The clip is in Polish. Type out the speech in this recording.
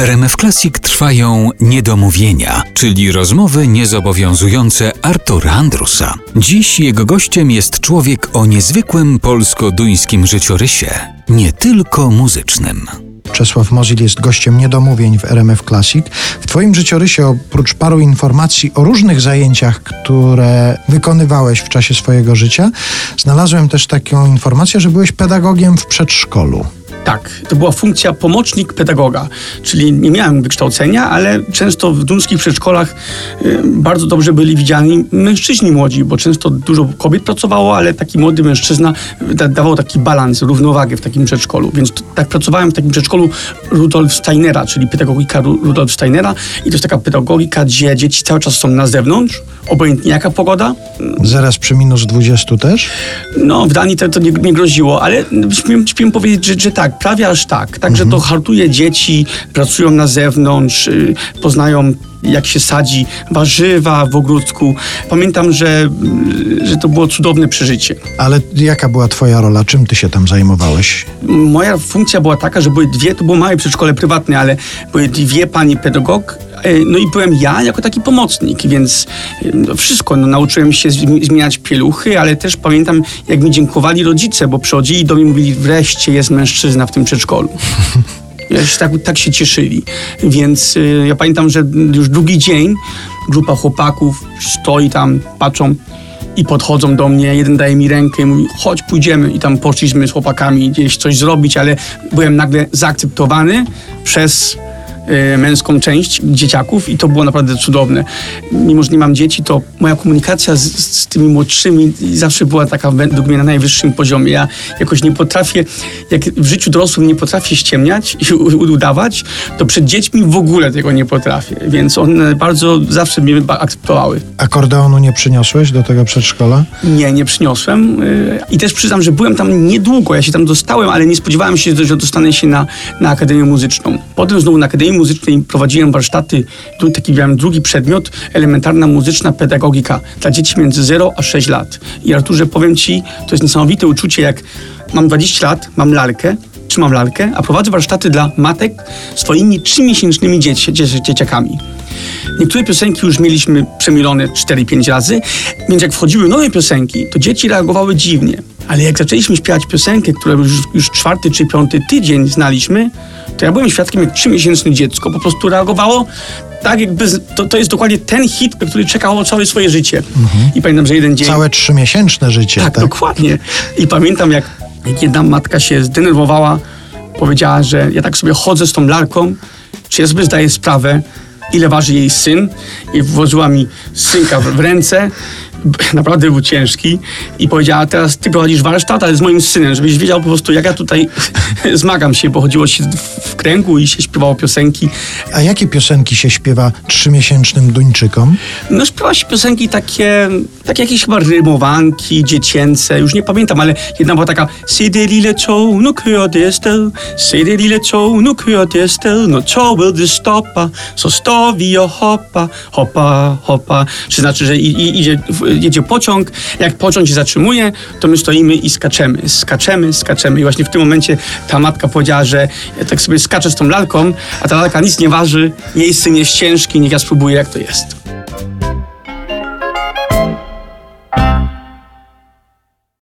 RMF Classic trwają niedomówienia, czyli rozmowy niezobowiązujące Artura Andrusa. Dziś jego gościem jest człowiek o niezwykłym polsko-duńskim życiorysie, nie tylko muzycznym. Czesław Mozil jest gościem niedomówień w RMF Classic. W twoim życiorysie, oprócz paru informacji o różnych zajęciach, które wykonywałeś w czasie swojego życia, znalazłem też taką informację, że byłeś pedagogiem w przedszkolu. Tak, to była funkcja pomocnik pedagoga, czyli nie miałem wykształcenia, ale często w duńskich przedszkolach bardzo dobrze byli widziani mężczyźni młodzi, bo często dużo kobiet pracowało, ale taki młody mężczyzna dawał taki balans, równowagę w takim przedszkolu. Więc tak pracowałem w takim przedszkolu Rudolf Steinera, czyli pedagogika Rudolf Steinera, i to jest taka pedagogika, gdzie dzieci cały czas są na zewnątrz, obojętnie jaka pogoda. Zaraz przy minus 20 też? No, w Danii to nie groziło, ale śmiem powiedzieć, że tak, prawie aż tak. Także to hartuje dzieci, pracują na zewnątrz, poznają, jak się sadzi warzywa w ogródku. Pamiętam, że to było cudowne przeżycie. Ale jaka była twoja rola? Czym ty się tam zajmowałeś? Moja funkcja była taka, że to było małe przedszkole prywatne, ale były dwie pani pedagog, no i byłem ja jako taki pomocnik, więc wszystko. Nauczyłem się zmieniać pieluchy, ale też pamiętam, jak mi dziękowali rodzice, bo przychodzili do mnie i mówili, wreszcie jest mężczyzna w tym przedszkolu. Tak się cieszyli. Więc ja pamiętam, że już drugi dzień grupa chłopaków stoi tam, patrzą i podchodzą do mnie. Jeden daje mi rękę i mówi, chodź, pójdziemy. I tam poszliśmy z chłopakami gdzieś coś zrobić, ale byłem nagle zaakceptowany przez męską część dzieciaków i to było naprawdę cudowne. Mimo że nie mam dzieci, to moja komunikacja z tymi młodszymi zawsze była taka według mnie na najwyższym poziomie. Ja jakoś nie potrafię, jak w życiu dorosłym nie potrafię ściemniać i udawać, to przed dziećmi w ogóle tego nie potrafię. Więc one bardzo zawsze mnie akceptowały. Akordeonu nie przyniosłeś do tego przedszkola? Nie przyniosłem. I też przyznam, że byłem tam niedługo. Ja się tam dostałem, ale nie spodziewałem się, że dostanę się na Akademię Muzyczną. Potem znowu na Akademii Muzycznej prowadziłem warsztaty, taki miałem drugi przedmiot, elementarna muzyczna pedagogika dla dzieci między 0 a 6 lat. I Arturze, powiem ci, to jest niesamowite uczucie, jak mam 20 lat, trzymam lalkę, a prowadzę warsztaty dla matek swoimi 3-miesięcznymi dzieciakami. Niektóre piosenki już mieliśmy przemilone 4-5 razy, więc jak wchodziły nowe piosenki, to dzieci reagowały dziwnie. Ale jak zaczęliśmy śpiewać piosenkę, którą już 4. czy 5. tydzień znaliśmy, to ja byłem świadkiem, jak 3-miesięczne dziecko po prostu reagowało tak, jakby to jest dokładnie ten hit, który czekało całe swoje życie. I pamiętam, że jeden dzień... Całe 3-miesięczne życie, tak? Dokładnie. I pamiętam, jak jedna matka się zdenerwowała, powiedziała, że ja tak sobie chodzę z tą lalką, czy ja sobie zdaję sprawę, ile waży jej syn, i włożyła mi synka w ręce, naprawdę był ciężki, i powiedziała, teraz ty prowadzisz warsztat, ale z moim synem, żebyś wiedział po prostu, jak ja tutaj zmagam się, bo chodziło się w kręgu i się śpiewało piosenki. A jakie piosenki się śpiewa 3-miesięcznym Duńczykom? No śpiewa się piosenki takie jakieś chyba rymowanki dziecięce, już nie pamiętam, ale jedna była taka Se det lille tog, nu kører det afsted. Se det lille tog, nu kører det afsted. Når toget det stopper, så står vi og hopper, hopper, hopper. Czy znaczy, że jedzie pociąg, jak pociąg się zatrzymuje, to my stoimy i skaczemy. I właśnie w tym momencie ta matka powiedziała, że ja tak sobie skaczę z tą lalką, a ta lalka nic nie waży, jej syn jest ciężki, niech ja spróbuję, jak to jest.